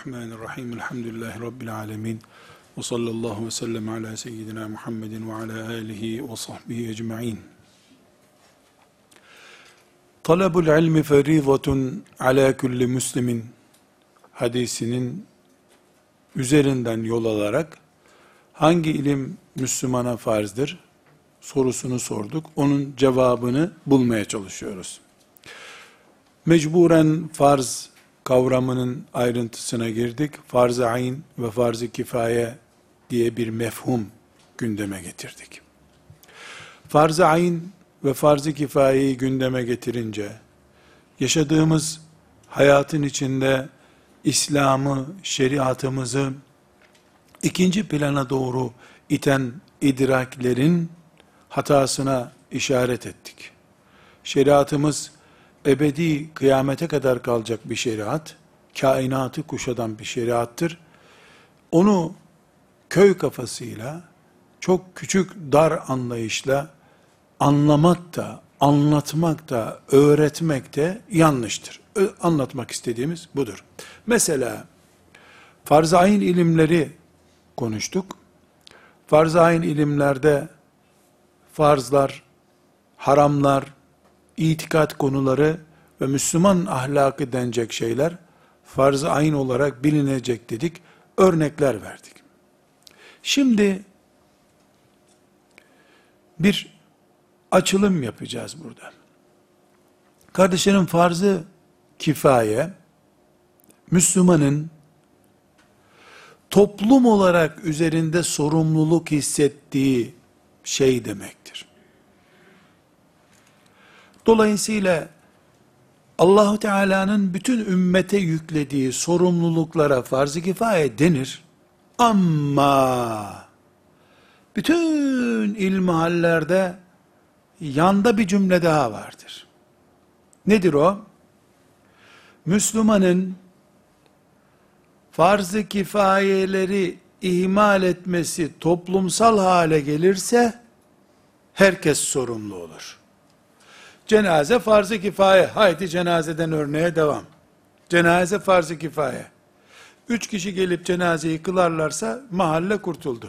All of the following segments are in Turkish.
Bismillahirrahmanirrahim. Elhamdülillahi Rabbil alemin. Ve sallallahu ve sellem ala seyyidina Muhammedin ve ala alihi ve sahbihi ecma'in. Talabul ilmi ferizatun ala kulli muslimin hadisinin üzerinden yol alarak hangi ilim Müslümana farzdır sorusunu sorduk. Onun cevabını bulmaya çalışıyoruz. Mecburen farz kavramının ayrıntısına girdik. Farz-ı ayn ve farz-ı kifaye diye bir mefhum gündeme getirdik. Farz-ı ayn ve farz-ı kifayeyi gündeme getirince, yaşadığımız hayatın içinde İslam'ı, şeriatımızı ikinci plana doğru iten idraklerin hatasına işaret ettik. Şeriatımız ebedi kıyamete kadar kalacak bir şeriat, kainatı kuşatan bir şeriattır. Onu köy kafasıyla, çok küçük dar anlayışla anlamak da, anlatmak da, öğretmek de yanlıştır. Anlatmak istediğimiz budur. Mesela farz-ı ayn ilimleri konuştuk. Farz-ı ayn ilimlerde farzlar, haramlar, itikat konuları ve Müslüman ahlakı denecek şeyler farz-ı ayn olarak bilinecek dedik. Örnekler verdik. Şimdi bir açılım yapacağız burada. Kardeşlerim, farz-ı kifaye Müslümanın toplum olarak üzerinde sorumluluk hissettiği şey demektir. Dolayısıyla Allahu Teala'nın bütün ümmete yüklediği sorumluluklara farz-ı kifaye denir. Ama bütün ilmihallerde yanda bir cümle daha vardır. Nedir o? Müslümanın farz-ı kifayeleri ihmal etmesi toplumsal hale gelirse herkes sorumlu olur. Cenaze farz-ı kifaye. Haydi cenazeden örneğe devam. Cenaze farz-ı kifaye. 3 kişi gelip cenazeyi kılarlarsa mahalle kurtuldu.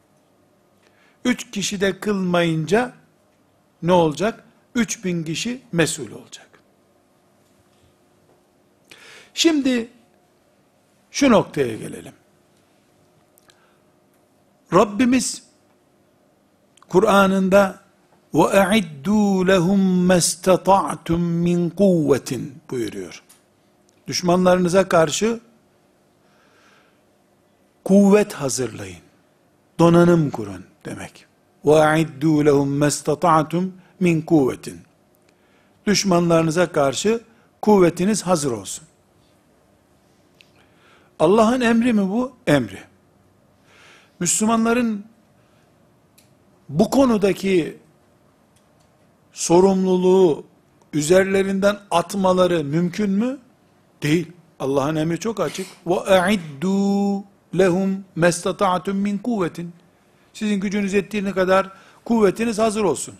3 kişi de kılmayınca ne olacak? 3000 kişi mesul olacak. Şimdi şu noktaya gelelim. Rabbimiz Kur'an'ında وَاَعِدُّوا لَهُمْ مَسْتَطَعْتُمْ مِنْ قُوَّةٍ buyuruyor. Düşmanlarınıza karşı kuvvet hazırlayın. Donanım kurun demek. وَاَعِدُّوا لَهُمْ مَسْتَطَعْتُمْ مِنْ قُوَّةٍ Düşmanlarınıza karşı kuvvetiniz hazır olsun. Allah'ın emri mi bu? Emri. Müslümanların bu konudaki sorumluluğu üzerlerinden atmaları mümkün mü? Değil. Allah'ın emri çok açık. وَاَعِدُّوا لَهُمْ مَسْتَطَعْتُمْ مِنْ قُوَّةٍ Sizin gücünüz yettiğine kadar kuvvetiniz hazır olsun.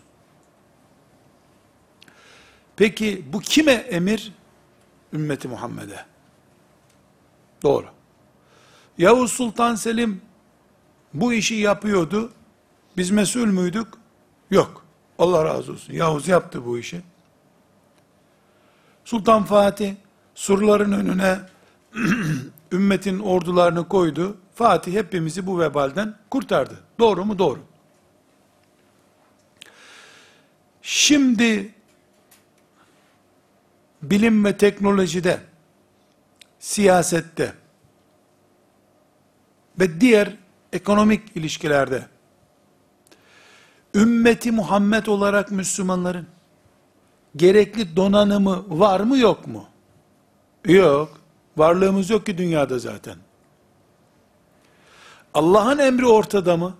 Peki bu kime emir? Ümmeti Muhammed'e. Doğru. Yavuz Sultan Selim bu işi yapıyordu. Biz mesul müydük? Yok. Allah razı olsun. Yavuz yaptı bu işi. Sultan Fatih surların önüne ümmetin ordularını koydu. Fatih hepimizi bu vebalden kurtardı. Doğru mu? Doğru. Şimdi bilim ve teknolojide, siyasette ve diğer ekonomik ilişkilerde ümmeti Muhammed olarak Müslümanların gerekli donanımı var mı yok mu? Yok. Varlığımız yok ki dünyada zaten. Allah'ın emri ortada mı?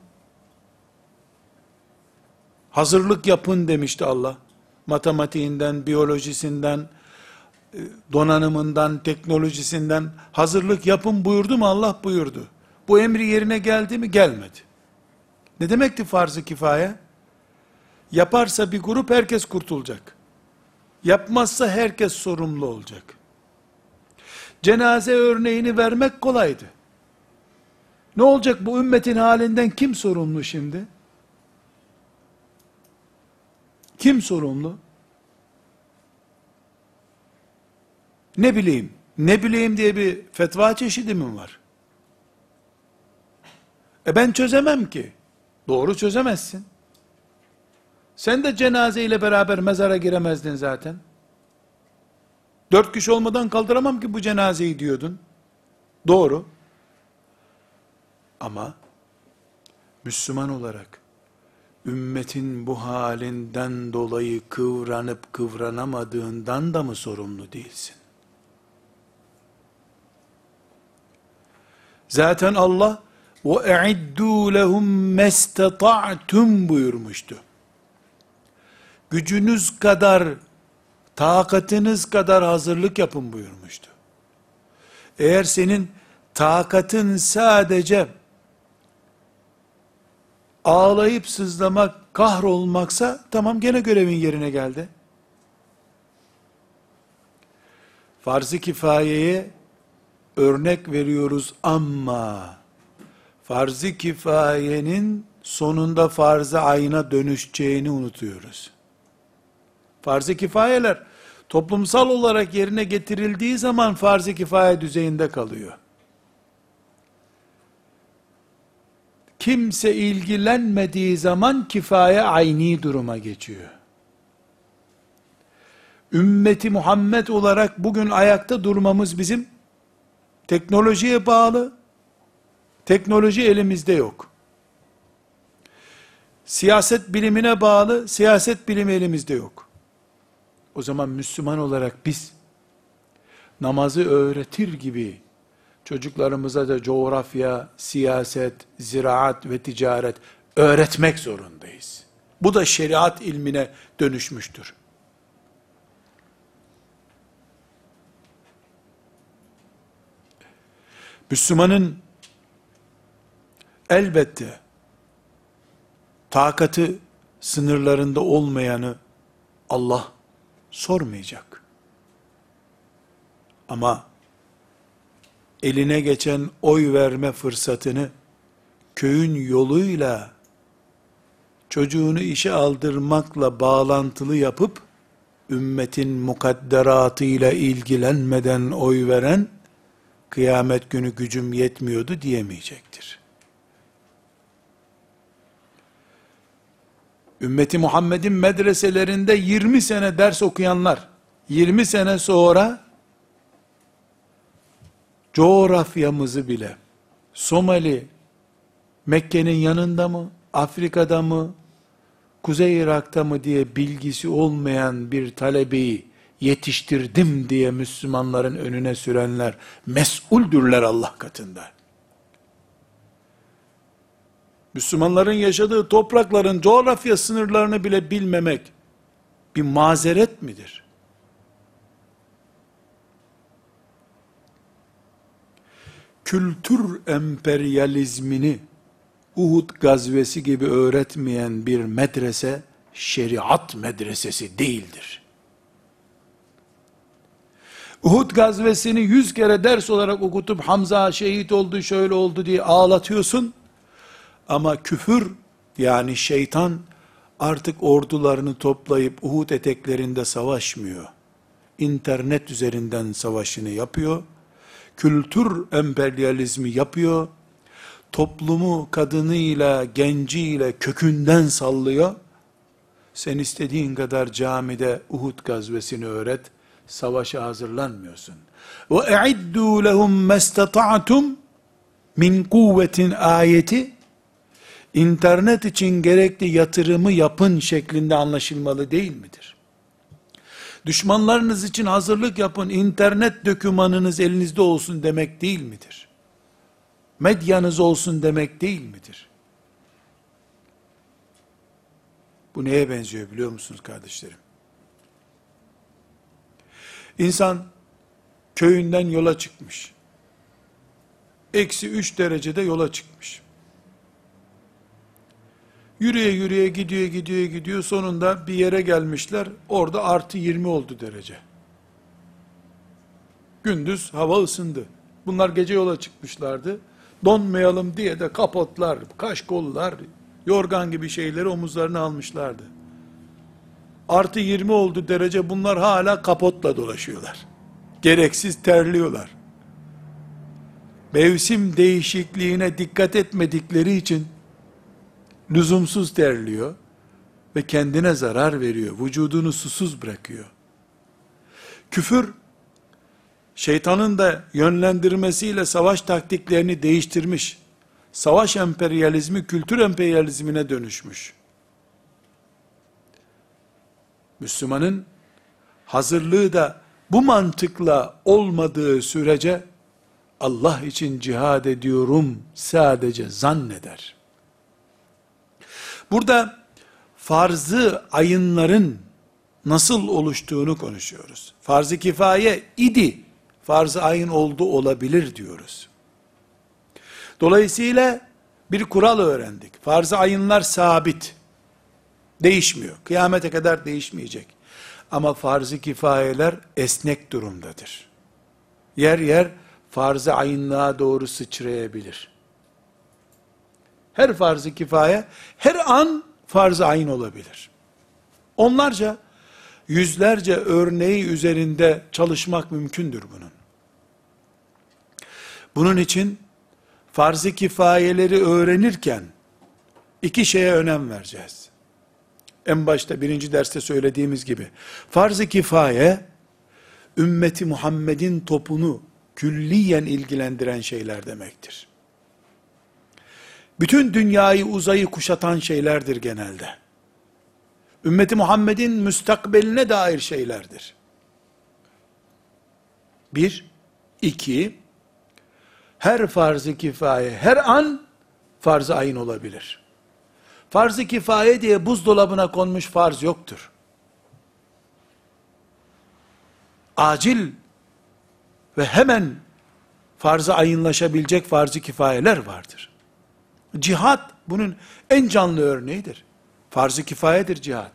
Hazırlık yapın demişti Allah. Matematiğinden, biyolojisinden, donanımından, teknolojisinden hazırlık yapın buyurdu mu? Allah buyurdu. Bu emri yerine geldi mi? Gelmedi. Ne demekti farz-ı kifaye? Yaparsa bir grup herkes kurtulacak. Yapmazsa herkes sorumlu olacak. Cenaze örneğini vermek kolaydı. Ne olacak bu ümmetin halinden kim sorumlu şimdi? Kim sorumlu? Ne bileyim, ne bileyim diye bir fetva çeşidi mi var? Ben çözemem ki. Doğru çözemezsin. Sen de cenazeyle beraber mezara giremezdin zaten. 4 kişi olmadan kaldıramam ki bu cenazeyi diyordun. Doğru. Ama Müslüman olarak ümmetin bu halinden dolayı kıvranıp kıvranamadığından da mı sorumlu değilsin? Zaten Allah وَاَعِدُّوا لَهُمْ مَسْتَطَعْتُمْ buyurmuştu. Gücünüz kadar, takatınız kadar hazırlık yapın buyurmuştu. Eğer senin takatın sadece ağlayıp sızlamak, kahrolmaksa, tamam gene görevin yerine geldi. Farz-ı kifayeye örnek veriyoruz ama, farz-ı kifayenin sonunda farz-ı ayna dönüşeceğini unutuyoruz. Farz-ı kifayeler, toplumsal olarak yerine getirildiği zaman farz-ı kifaye düzeyinde kalıyor. Kimse ilgilenmediği zaman kifaye ayni duruma geçiyor. Ümmeti Muhammed olarak bugün ayakta durmamız bizim teknolojiye bağlı. Teknoloji elimizde yok. Siyaset bilimine bağlı, siyaset bilimi elimizde yok. O zaman Müslüman olarak biz namazı öğretir gibi çocuklarımıza da coğrafya, siyaset, ziraat ve ticaret öğretmek zorundayız. Bu da şeriat ilmine dönüşmüştür. Müslümanın elbette takatı sınırlarında olmayanı Allah sormayacak. Ama eline geçen oy verme fırsatını köyün yoluyla çocuğunu işe aldırmakla bağlantılı yapıp ümmetin mukadderatıyla ilgilenmeden oy veren kıyamet günü gücüm yetmiyordu diyemeyecektir. Ümmeti Muhammed'in medreselerinde 20 sene ders okuyanlar, 20 sene sonra coğrafyamızı bile, Somali, Mekke'nin yanında mı, Afrika'da mı, Kuzey Irak'ta mı diye bilgisi olmayan bir talebeyi yetiştirdim diye Müslümanların önüne sürenler, mes'uldürler Allah katında. Müslümanların yaşadığı toprakların coğrafya sınırlarını bile bilmemek, bir mazeret midir? Kültür emperyalizmini Uhud gazvesi gibi öğretmeyen bir medrese, şeriat medresesi değildir. Uhud gazvesini 100 kere ders olarak okutup Hamza şehit oldu, şöyle oldu diye ağlatıyorsun. Ama küfür, yani şeytan artık ordularını toplayıp Uhud eteklerinde savaşmıyor. İnternet üzerinden savaşını yapıyor. Kültür emperyalizmi yapıyor. Toplumu kadınıyla, genciyle kökünden sallıyor. Sen istediğin kadar camide Uhud gazvesini öğret, savaşa hazırlanmıyorsun. وَاَعِدُّوا لَهُمْ مَسْتَطَعْتُمْ min kuvvetin ayeti, İnternet için gerekli yatırımı yapın şeklinde anlaşılmalı değil midir? Düşmanlarınız için hazırlık yapın, internet dokümanınız elinizde olsun demek değil midir? Medyanız olsun demek değil midir? Bu neye benziyor biliyor musunuz kardeşlerim? İnsan köyünden yola çıkmış. -3 derecede yola çıkmış. Yürüye yürüye gidiyor, sonunda bir yere gelmişler, orada +20 oldu derece. Gündüz hava ısındı. Bunlar gece yola çıkmışlardı. Donmayalım diye de kapotlar, kaşkollar, yorgan gibi şeyleri omuzlarına almışlardı. Artı 20 oldu derece, bunlar hala kapotla dolaşıyorlar. Gereksiz terliyorlar. Mevsim değişikliğine dikkat etmedikleri için lüzumsuz terliyor ve kendine zarar veriyor. Vücudunu susuz bırakıyor. Küfür, şeytanın da yönlendirmesiyle savaş taktiklerini değiştirmiş. Savaş emperyalizmi kültür emperyalizmine dönüşmüş. Müslümanın hazırlığı da bu mantıkla olmadığı sürece Allah için cihad ediyorum sadece zanneder. Burada farz-ı ayınların nasıl oluştuğunu konuşuyoruz. Farz-ı kifaye idi, farz-ı ayın oldu olabilir diyoruz. Dolayısıyla bir kural öğrendik. Farz-ı ayınlar sabit, değişmiyor. Kıyamete kadar değişmeyecek. Ama farz-ı kifayeler esnek durumdadır. Yer yer farz-ı ayınlığa doğru sıçrayabilir. Her farz-ı kifaye her an farz-ı ayın olabilir. Onlarca, yüzlerce örneği üzerinde çalışmak mümkündür bunun. Bunun için farz-ı kifayeleri öğrenirken iki şeye önem vereceğiz. En başta birinci derste söylediğimiz gibi, farz-ı kifaye, ümmeti Muhammed'in topunu külliyen ilgilendiren şeyler demektir. Bütün dünyayı, uzayı kuşatan şeylerdir genelde. Ümmeti Muhammed'in müstakbeline dair şeylerdir. Bir, iki, her farz-ı kifaye, her an farz-ı ayın olabilir. Farz-ı kifaye diye buzdolabına konmuş farz yoktur. Acil ve hemen farz-ı ayınlaşabilecek farz-ı kifayeler vardır. Cihad bunun en canlı örneğidir. Farz-ı kifayedir cihad.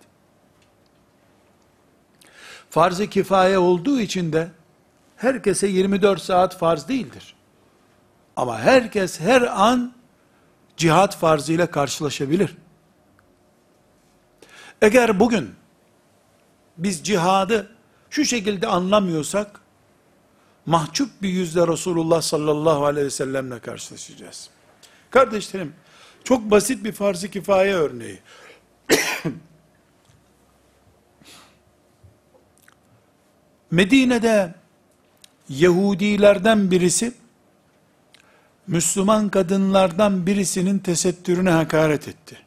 Farz-ı kifaye olduğu için de herkese 24 saat farz değildir. Ama herkes her an cihad farzıyla karşılaşabilir. Eğer bugün biz cihadı şu şekilde anlamıyorsak, mahcup bir yüzle Resulullah sallallahu aleyhi ve sellemle karşılaşacağız. Kardeşlerim, çok basit bir farz-ı kifaye örneği. Medine'de Yahudilerden birisi, Müslüman kadınlardan birisinin tesettürüne hakaret etti.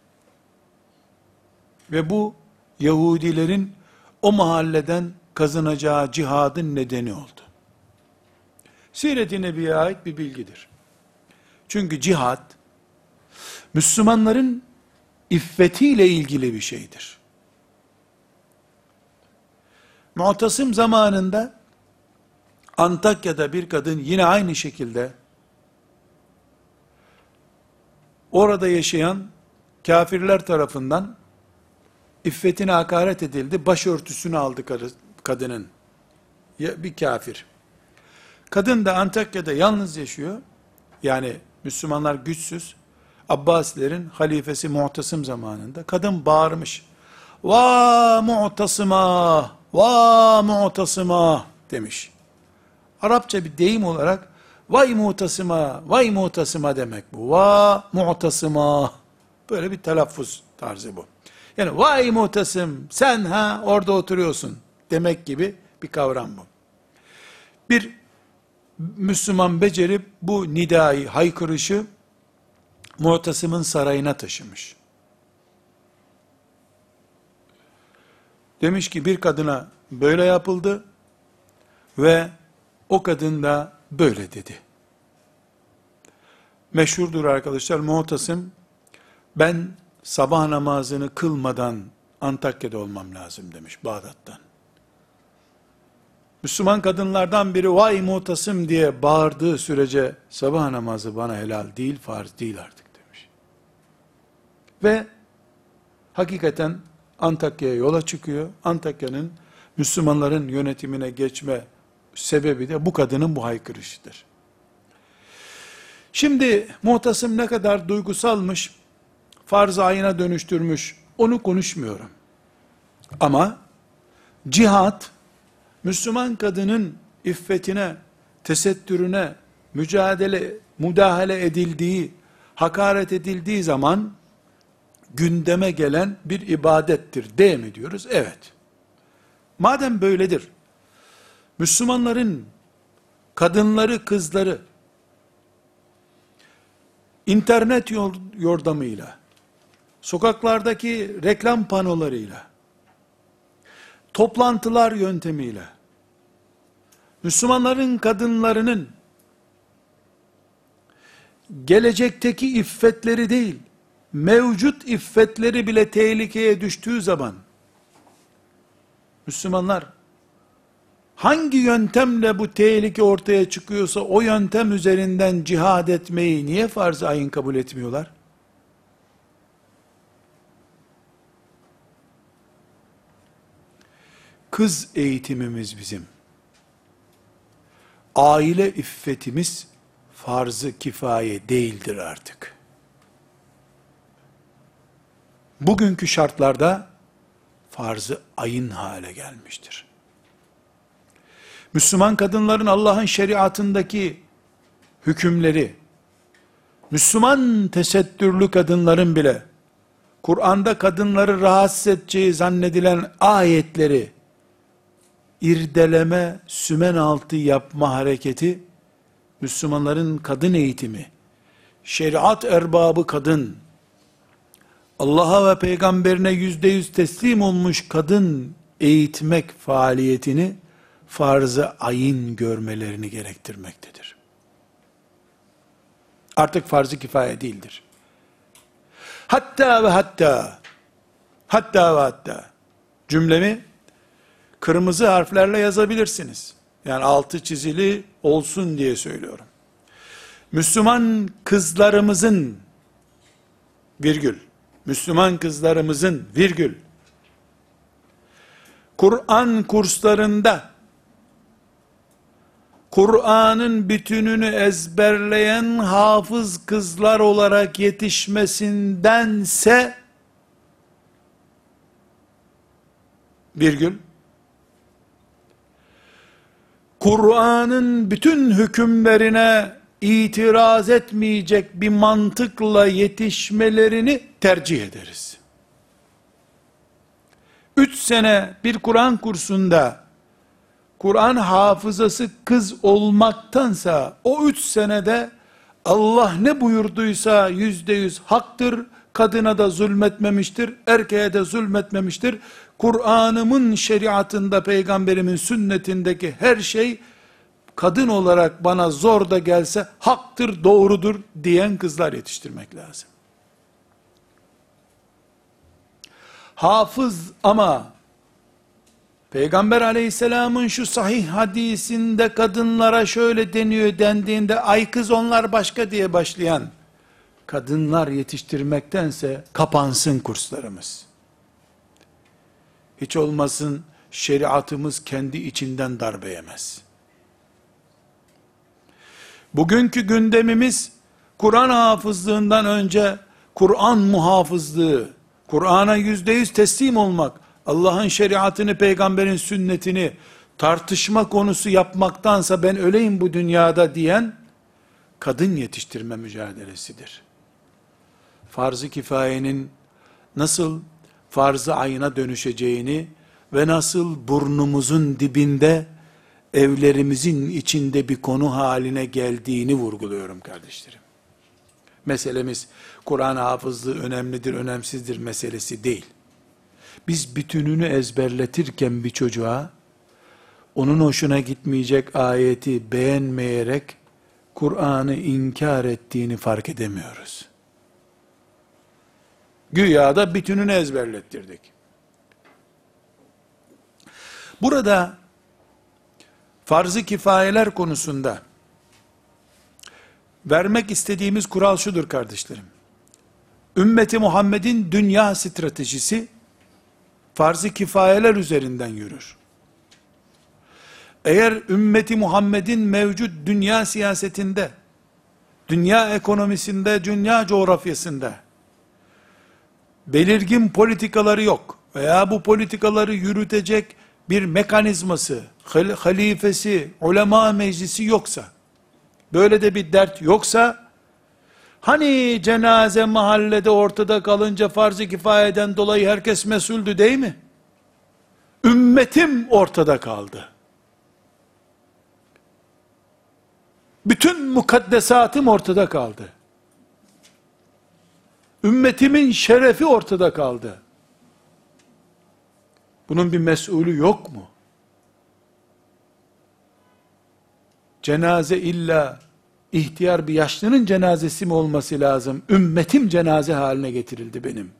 Ve bu, Yahudilerin o mahalleden kazanacağı cihadın nedeni oldu. Siret-i Nebi'ye ait bir bilgidir. Çünkü cihad, Müslümanların iffetiyle ilgili bir şeydir. Mu'tasim zamanında, Antakya'da bir kadın yine aynı şekilde, orada yaşayan kafirler tarafından iffetine hakaret edildi, başörtüsünü aldı kadının. Bir kafir. Kadın da Antakya'da yalnız yaşıyor. Yani Müslümanlar güçsüz. Abbasilerin halifesi Mu'tasim zamanında. Kadın bağırmış. Va Mu'tasima, va Mu'tasima demiş. Arapça bir deyim olarak vay Mu'tasima, vay Mu'tasima demek bu. Va Mu'tasima. Böyle bir telaffuz tarzı bu. Yani vay Mu'tasim, sen orada oturuyorsun demek gibi bir kavram bu. Bir Müslüman becerip bu nidayı, haykırışı Mu'tasim'in sarayına taşımış. Demiş ki bir kadına böyle yapıldı ve o kadın da böyle dedi. Meşhurdur arkadaşlar, Mu'tasim, ben sabah namazını kılmadan Antakya'da olmam lazım demiş, Bağdat'tan. Müslüman kadınlardan biri vay Mu'tasim diye bağırdığı sürece sabah namazı bana helal değil, farz değil artık demiş. Ve hakikaten Antakya'ya yola çıkıyor. Antakya'nın Müslümanların yönetimine geçme sebebi de bu kadının bu haykırışıdır. Şimdi Mu'tasim ne kadar duygusalmış, farz-ı ayına dönüştürmüş, onu konuşmuyorum. Ama cihat, Müslüman kadının iffetine, tesettürüne, müdahale edildiği, hakaret edildiği zaman, gündeme gelen bir ibadettir, değil mi diyoruz? Evet. Madem böyledir, Müslümanların kadınları, kızları, internet yordamıyla, sokaklardaki reklam panolarıyla, toplantılar yöntemiyle, Müslümanların kadınlarının gelecekteki iffetleri değil, mevcut iffetleri bile tehlikeye düştüğü zaman, Müslümanlar hangi yöntemle bu tehlike ortaya çıkıyorsa o yöntem üzerinden cihad etmeyi niye farz-ı ayın kabul etmiyorlar? Kız eğitimimiz bizim. Aile iffetimiz farz-ı kifaye değildir artık. Bugünkü şartlarda farz-ı ayın hale gelmiştir. Müslüman kadınların Allah'ın şeriatındaki hükümleri, Müslüman tesettürlü kadınların bile, Kur'an'da kadınları rahatsız edeceği zannedilen ayetleri, irdeleme, sümen altı yapma hareketi, Müslümanların kadın eğitimi, şeriat erbabı kadın, Allah'a ve peygamberine %100 teslim olmuş kadın eğitmek faaliyetini, farz-ı ayın görmelerini gerektirmektedir. Artık farz-ı kifaye değildir. Hatta ve hatta cümlemi kırmızı harflerle yazabilirsiniz. Yani altı çizili olsun diye söylüyorum. Müslüman kızlarımızın Müslüman kızlarımızın Kur'an kurslarında Kur'an'ın bütününü ezberleyen hafız kızlar olarak yetişmesindense Kur'an'ın bütün hükümlerine itiraz etmeyecek bir mantıkla yetişmelerini tercih ederiz. 3 sene bir Kur'an kursunda Kur'an hafızası kız olmaktansa o 3 senede Allah ne buyurduysa %100 haktır, kadına da zulmetmemiştir, erkeğe de zulmetmemiştir. Kur'an'ımın şeriatında, peygamberimin sünnetindeki her şey kadın olarak bana zor da gelse haktır, doğrudur diyen kızlar yetiştirmek lazım. Hafız ama Peygamber aleyhisselamın şu sahih hadisinde kadınlara şöyle deniyor dendiğinde ay kız onlar başka diye başlayan kadınlar yetiştirmektense kapansın kurslarımız. Hiç olmasın şeriatımız kendi içinden darbe yemez. Bugünkü gündemimiz Kur'an hafızlığından önce Kur'an muhafızlığı, Kur'an'a %100 teslim olmak, Allah'ın şeriatını, peygamberin sünnetini tartışma konusu yapmaktansa ben öleyim bu dünyada diyen kadın yetiştirme mücadelesidir. Farz-ı kifayenin nasıl farz-ı ayına dönüşeceğini ve nasıl burnumuzun dibinde, evlerimizin içinde bir konu haline geldiğini vurguluyorum kardeşlerim. Meselemiz Kur'an hafızlığı önemlidir, önemsizdir meselesi değil. Biz bütününü ezberletirken bir çocuğa, onun hoşuna gitmeyecek ayeti beğenmeyerek, Kur'an'ı inkar ettiğini fark edemiyoruz. Güya da bütününü ezberlettirdik. Burada, farz-ı kifayeler konusunda, vermek istediğimiz kural şudur kardeşlerim. Ümmeti Muhammed'in dünya stratejisi, farz-ı kifayeler üzerinden yürür. Eğer ümmeti Muhammed'in mevcut dünya siyasetinde, dünya ekonomisinde, dünya coğrafyasında belirgin politikaları yok veya bu politikaları yürütecek bir mekanizması, halifesi, ulema meclisi yoksa, böyle de bir dert yoksa, hani cenaze mahallede ortada kalınca farz-ı kifayeden dolayı herkes mesuldü değil mi? Ümmetim ortada kaldı. Bütün mukaddesatım ortada kaldı. Ümmetimin şerefi ortada kaldı. Bunun bir mesulü yok mu? Cenaze illa ihtiyar bir yaşlının cenazesi mi olması lazım? Ümmetim cenaze haline getirildi benim.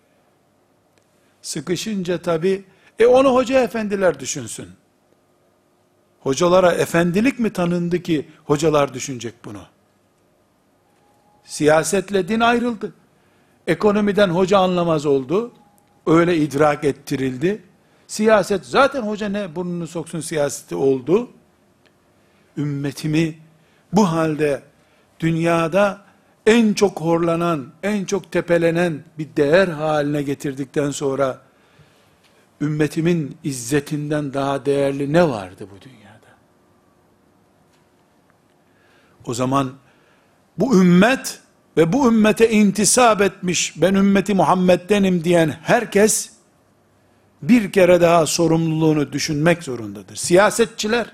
Sıkışınca tabi, onu hoca efendiler düşünsün. Hocalara efendilik mi tanındı ki hocalar düşünecek bunu? Siyasetle din ayrıldı. Ekonomiden hoca anlamaz oldu. Öyle idrak ettirildi. Siyaset zaten hoca ne burnunu soksun siyaseti oldu. Ümmetimi bu halde dünyada en çok horlanan, en çok tepelenen bir değer haline getirdikten sonra ümmetimin izzetinden daha değerli ne vardı bu dünyada? O zaman bu ümmet ve bu ümmete intisap etmiş, ben ümmeti Muhammed'denim diyen herkes bir kere daha sorumluluğunu düşünmek zorundadır. Siyasetçiler,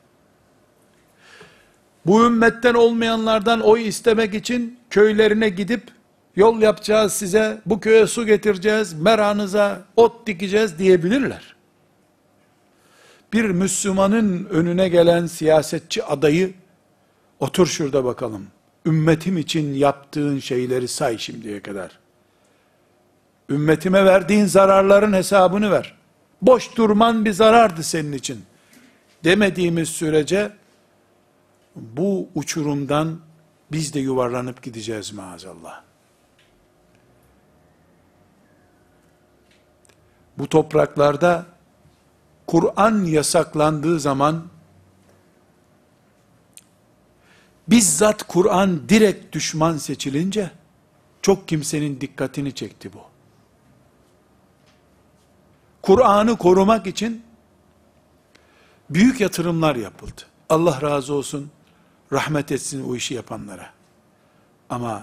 bu ümmetten olmayanlardan oy istemek için köylerine gidip, yol yapacağız size, bu köye su getireceğiz, meranıza ot dikeceğiz diyebilirler. Bir Müslümanın önüne gelen siyasetçi adayı, otur şurada bakalım, ümmetim için yaptığın şeyleri say şimdiye kadar. Ümmetime verdiğin zararların hesabını ver. Boş durman bir zarardı senin için demediğimiz sürece, bu uçurumdan biz de yuvarlanıp gideceğiz maazallah. Bu topraklarda Kur'an yasaklandığı zaman, bizzat Kur'an direkt düşman seçilince, çok kimsenin dikkatini çekti bu. Kur'an'ı korumak için büyük yatırımlar yapıldı. Allah razı olsun, rahmet etsin o işi yapanlara. Ama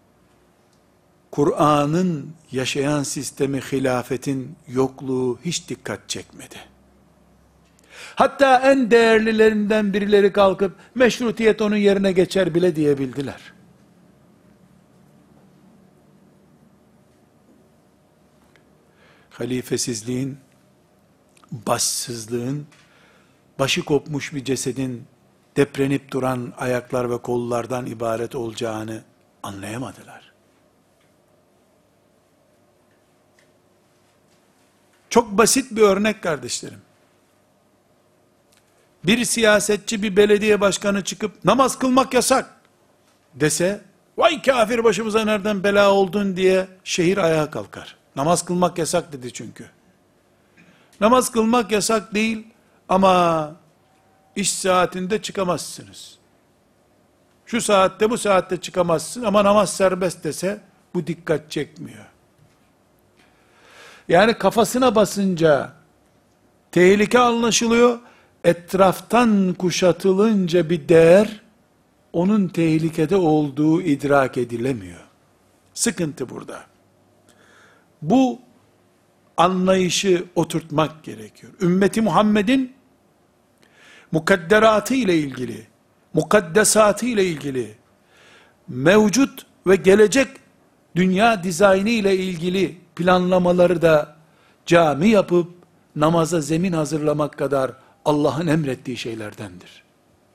Kur'an'ın yaşayan sistemi, hilafetin yokluğu hiç dikkat çekmedi. Hatta en değerlilerinden birileri kalkıp, meşrutiyet onun yerine geçer bile diyebildiler. Halifesizliğin, başsızlığın, başı kopmuş bir cesedin, deprenip duran ayaklar ve kollardan ibaret olacağını anlayamadılar. Çok basit bir örnek kardeşlerim. Bir siyasetçi, bir belediye başkanı çıkıp, namaz kılmak yasak dese, vay kafir başımıza nereden bela oldun diye şehir ayağa kalkar. Namaz kılmak yasak dedi çünkü. Namaz kılmak yasak değil ama iş saatinde çıkamazsınız. Şu saatte bu saatte çıkamazsın ama namaz serbest dese bu dikkat çekmiyor. Yani kafasına basınca tehlike anlaşılıyor. Etraftan kuşatılınca bir değer onun tehlikede olduğu idrak edilemiyor. Sıkıntı burada. Bu anlayışı oturtmak gerekiyor. Ümmeti Muhammed'in mukadderatı ile ilgili, mukaddesatı ile ilgili, mevcut ve gelecek dünya dizaynı ile ilgili planlamaları da cami yapıp namaza zemin hazırlamak kadar Allah'ın emrettiği şeylerdendir.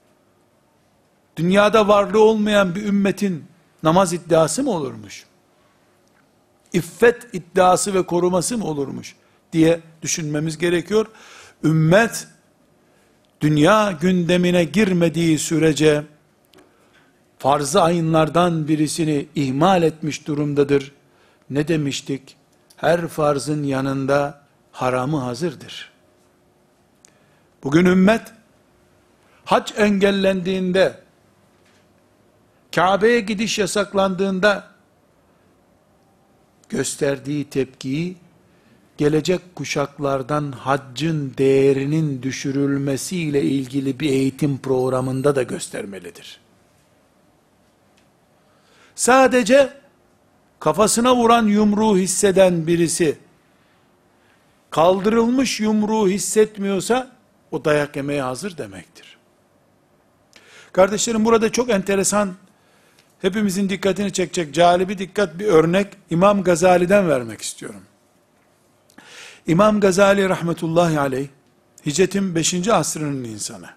Dünyada varlığı olmayan bir ümmetin namaz iddiası mı olurmuş? İffet iddiası ve koruması mı olurmuş diye düşünmemiz gerekiyor. Ümmet dünya gündemine girmediği sürece farz-ı ayınlardan birisini ihmal etmiş durumdadır. Ne demiştik? Her farzın yanında haramı hazırdır. Bugün ümmet hac engellendiğinde, Kabe'ye gidiş yasaklandığında gösterdiği tepkiyi, gelecek kuşaklardan haccın değerinin düşürülmesiyle ilgili bir eğitim programında da göstermelidir. Sadece kafasına vuran yumruğu hisseden birisi, kaldırılmış yumruğu hissetmiyorsa, o dayak yemeye hazır demektir. Kardeşlerim, burada çok enteresan, hepimizin dikkatini çekecek calibi dikkat bir örnek İmam Gazali'den vermek istiyorum. İmam Gazali rahmetullahi aleyh, hicretin 5. asrının insanı.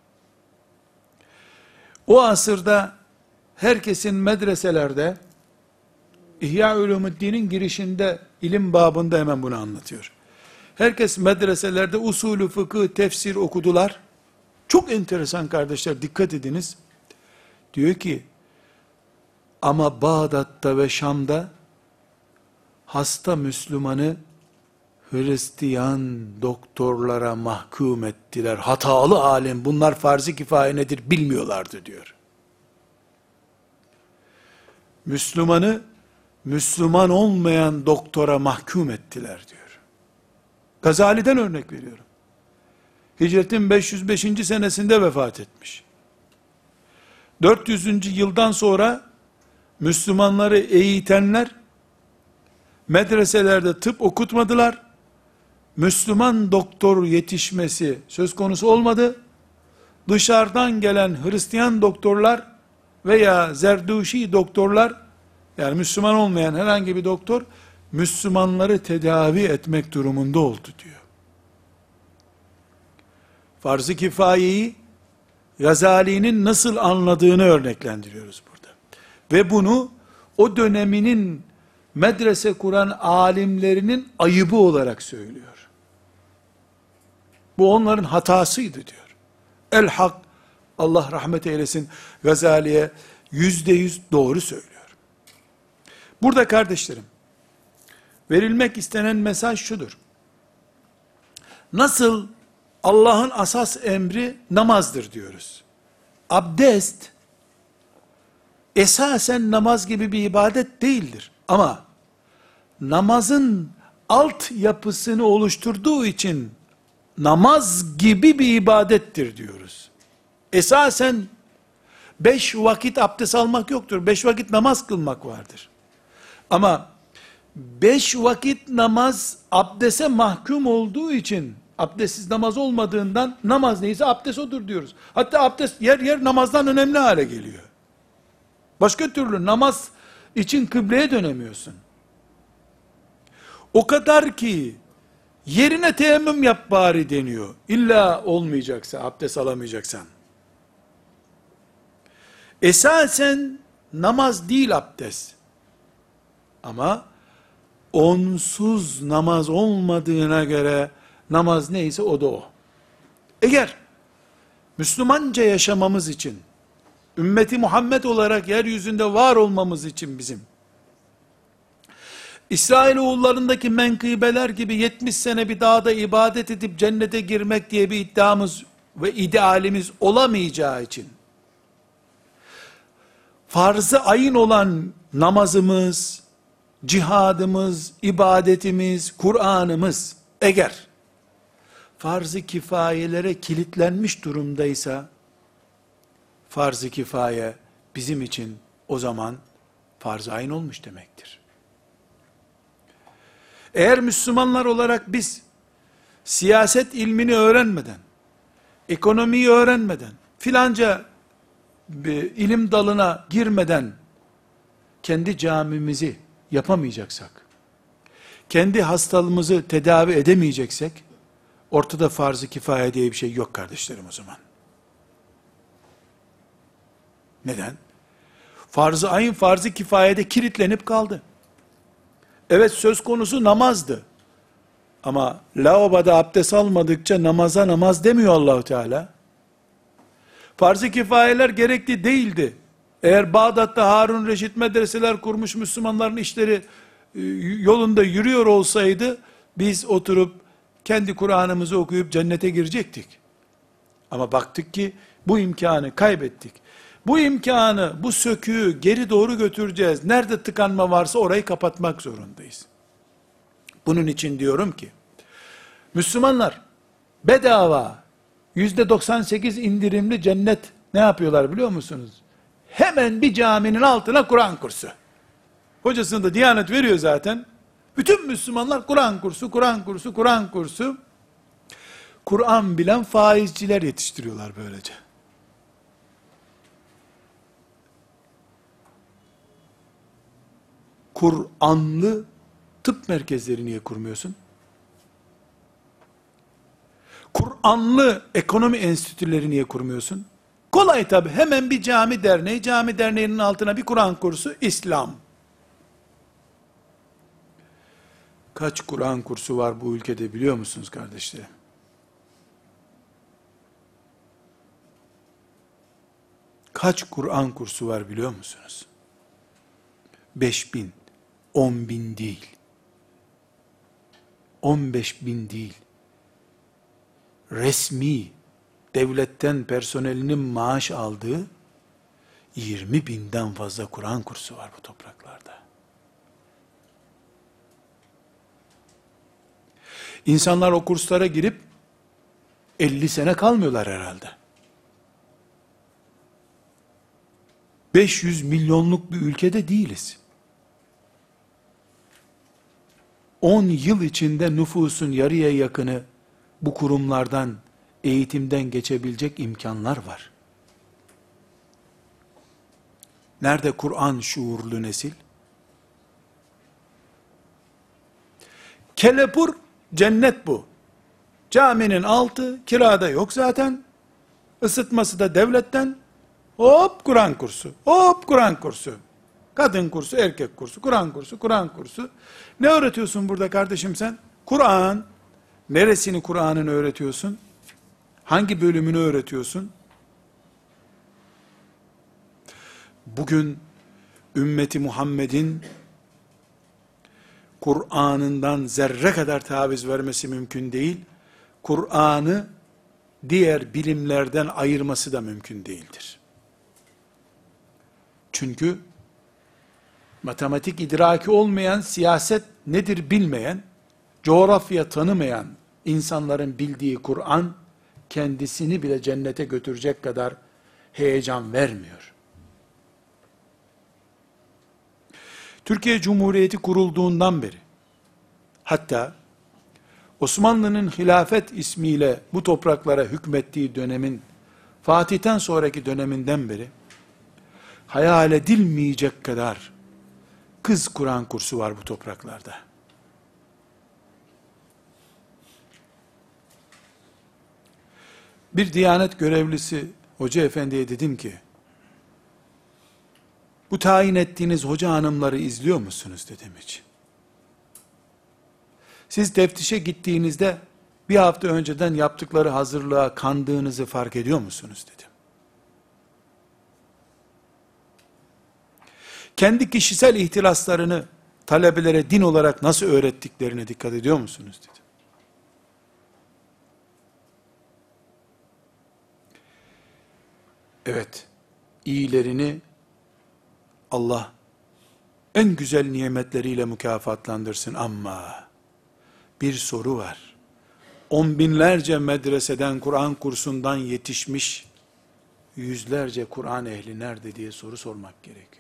O asırda herkesin medreselerde, İhya Ulumuddin'in girişinde, ilim babında hemen bunu anlatıyor. Herkes medreselerde usulü fıkıh, tefsir okudular. Çok enteresan kardeşler, dikkat ediniz. Diyor ki, ama Bağdat'ta ve Şam'da hasta Müslümanı Hristiyan doktorlara mahkum ettiler. Hatalı alim, bunlar farz-ı kifaye nedir bilmiyorlardı diyor. Müslümanı Müslüman olmayan doktora mahkum ettiler diyor. Gazali'den örnek veriyorum. Hicretin 505. senesinde vefat etmiş. 400. yıldan sonra Müslümanları eğitenler medreselerde tıp okutmadılar. Müslüman doktor yetişmesi söz konusu olmadı. Dışarıdan gelen Hristiyan doktorlar veya Zerduşi doktorlar, yani Müslüman olmayan herhangi bir doktor, Müslümanları tedavi etmek durumunda oldu diyor. Farz-ı kifayeyi Gazali'nin nasıl anladığını örneklendiriyoruz burada. Ve bunu o döneminin medrese kuran alimlerinin ayıbı olarak söylüyor. Bu onların hatasıydı diyor. El Hak, Allah rahmet eylesin, Gazali'ye %100 doğru söylüyor. Burada kardeşlerim, verilmek istenen mesaj şudur. Nasıl Allah'ın asas emri namazdır diyoruz. Abdest, esasen namaz gibi bir ibadet değildir. Ama namazın alt yapısını oluşturduğu için namaz gibi bir ibadettir diyoruz. Esasen 5 vakit abdest almak yoktur. 5 vakit namaz kılmak vardır. Ama 5 vakit namaz abdese mahkum olduğu için, abdestsiz namaz olmadığından, namaz neyse abdest odur diyoruz. Hatta abdest yer yer namazdan önemli hale geliyor. Başka türlü namaz için kıbleye dönemiyorsun. O kadar ki yerine teyemmüm yap bari deniyor. İlla olmayacaksa, abdest alamayacaksan. Esasen namaz değil abdest. Ama onsuz namaz olmadığına göre namaz neyse o da o. Eğer Müslümanca yaşamamız için, ümmeti Muhammed olarak yeryüzünde var olmamız için bizim, İsrailoğullarındaki menkıbeler gibi 70 sene bir dağda ibadet edip cennete girmek diye bir iddiamız ve idealimiz olamayacağı için, farz-ı ayın olan namazımız, cihadımız, ibadetimiz, Kur'an'ımız, eğer farz-ı kifayelere kilitlenmiş durumdaysa, farz-ı kifaye bizim için o zaman farz-ı ayın olmuş demektir. Eğer Müslümanlar olarak biz, siyaset ilmini öğrenmeden, ekonomiyi öğrenmeden, filanca bir ilim dalına girmeden, kendi camimizi yapamayacaksak, kendi hastalığımızı tedavi edemeyeceksek, ortada farz-ı kifaye diye bir şey yok kardeşlerim o zaman. Neden? Farz-ı ayın farz-ı kifayede kilitlenip kaldı. Evet, söz konusu namazdı. Ama lavaboda abdest almadıkça namaza namaz demiyor Allahu Teala. Farz-ı kifayeler gerekli değildi. Eğer Bağdat'ta Harun Reşit medreseler kurmuş, Müslümanların işleri yolunda yürüyor olsaydı, biz oturup kendi Kur'an'ımızı okuyup cennete girecektik. Ama baktık ki bu imkanı kaybettik. Bu imkanı, bu söküğü geri doğru götüreceğiz. Nerede tıkanma varsa orayı kapatmak zorundayız. Bunun için diyorum ki, Müslümanlar bedava, %98 indirimli cennet ne yapıyorlar biliyor musunuz? Hemen bir caminin altına Kur'an kursu. Hocasını da Diyanet veriyor zaten. Bütün Müslümanlar Kur'an kursu, Kur'an kursu, Kur'an kursu. Kur'an bilen faizciler yetiştiriyorlar böylece. Kur'anlı tıp merkezleri niye kurmuyorsun? Kur'anlı ekonomi enstitüleri niye kurmuyorsun? Kolay tabi. Hemen bir cami derneği, cami derneğinin altına bir Kur'an kursu, İslam. Kaç Kur'an kursu var bu ülkede biliyor musunuz kardeşlerim? Kaç Kur'an kursu var biliyor musunuz? 5.000, 10.000 değil. 15.000 değil. Resmi, devletten personelinin maaş aldığı 20.000'den fazla Kur'an kursu var bu topraklarda. İnsanlar o kurslara girip 50 sene kalmıyorlar herhalde. 500 milyonluk bir ülkede değiliz. 10 yıl içinde nüfusun yarıya yakını bu kurumlardan, eğitimden geçebilecek imkanlar var. Nerede Kur'an şuurlu nesil? Kelepur, cennet bu. Caminin altı, kirada yok zaten. Isıtması da devletten. Hop Kur'an kursu, hop Kur'an kursu. Kadın kursu, erkek kursu, Kur'an kursu, Kur'an kursu. Ne öğretiyorsun burada kardeşim sen? Kur'an. Neresini Kur'an'ın öğretiyorsun? Hangi bölümünü öğretiyorsun? Bugün ümmeti Muhammed'in Kur'an'ından zerre kadar taviz vermesi mümkün değil. Kur'an'ı diğer bilimlerden ayırması da mümkün değildir. Çünkü matematik idraki olmayan, siyaset nedir bilmeyen, coğrafya tanımayan insanların bildiği Kur'an, kendisini bile cennete götürecek kadar heyecan vermiyor. Türkiye Cumhuriyeti kurulduğundan beri, hatta Osmanlı'nın hilafet ismiyle bu topraklara hükmettiği dönemin, Fatih'ten sonraki döneminden beri, hayal edilmeyecek kadar kız Kur'an kursu var bu topraklarda. Bir Diyanet görevlisi hoca efendiye dedim ki, bu tayin ettiğiniz hoca hanımları izliyor musunuz dedim hiç. Siz teftişe gittiğinizde bir hafta önceden yaptıkları hazırlığa kandığınızı fark ediyor musunuz dedim. Kendi kişisel ihtiraslarını talebelere din olarak nasıl öğrettiklerine dikkat ediyor musunuz dedim. Evet, iyilerini Allah en güzel nimetleriyle mükafatlandırsın ama bir soru var. 10 binlerce medreseden, Kur'an kursundan yetişmiş yüzlerce Kur'an ehli nerede diye soru sormak gerekiyor.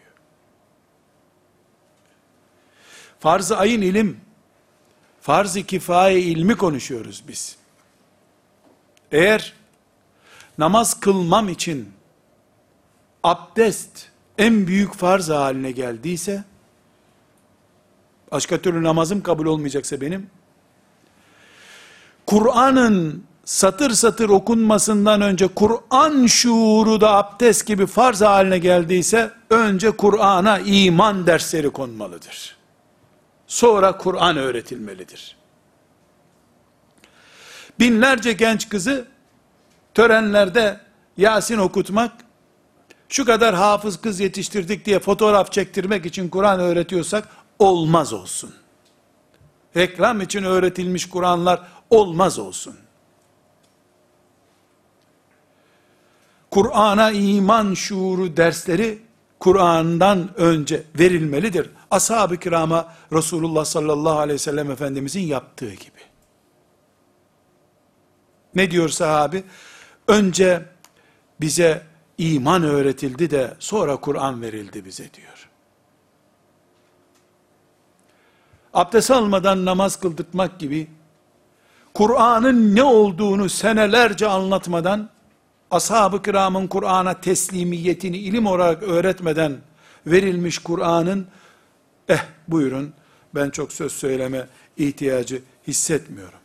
Farz-ı ayın ilim, farz-ı kifaye ilmi konuşuyoruz biz. Eğer namaz kılmam için abdest en büyük farz haline geldiyse, başka türlü namazım kabul olmayacaksa benim, Kur'an'ın satır satır okunmasından önce Kur'an şuuru da abdest gibi farz haline geldiyse, önce Kur'an'a iman dersleri konmalıdır. Sonra Kur'an öğretilmelidir. Binlerce genç kızı törenlerde Yasin okutmak, şu kadar hafız kız yetiştirdik diye fotoğraf çektirmek için Kur'an öğretiyorsak, olmaz olsun. Reklam için öğretilmiş Kur'anlar olmaz olsun. Kur'an'a iman şuuru dersleri Kur'an'dan önce verilmelidir. Ashab-ı kirama Resulullah sallallahu aleyhi ve sellem Efendimizin yaptığı gibi. Ne diyor sahabi? Önce bize iman öğretildi de sonra Kur'an verildi bize diyor. Abdest almadan namaz kıldırtmak gibi, Kur'an'ın ne olduğunu senelerce anlatmadan, ashab-ı kiramın Kur'an'a teslimiyetini ilim olarak öğretmeden verilmiş Kur'an'ın, buyurun, ben çok söz söyleme ihtiyacı hissetmiyorum.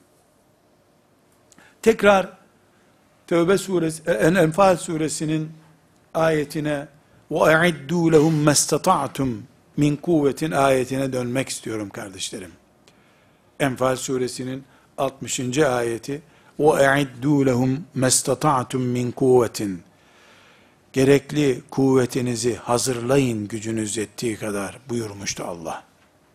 Tekrar Tevbe suresi, Enfal suresinin ayetine وَاَعِدُّوا لَهُمْ مَسْتَطَعْتُمْ min kuvvetin ayetine dönmek istiyorum kardeşlerim. Enfal suresinin 60. ayeti وَاَعِدُّوا لَهُمْ مَسْتَطَعْتُمْ min kuvvetin, gerekli kuvvetinizi hazırlayın gücünüz yettiği kadar buyurmuştu Allah.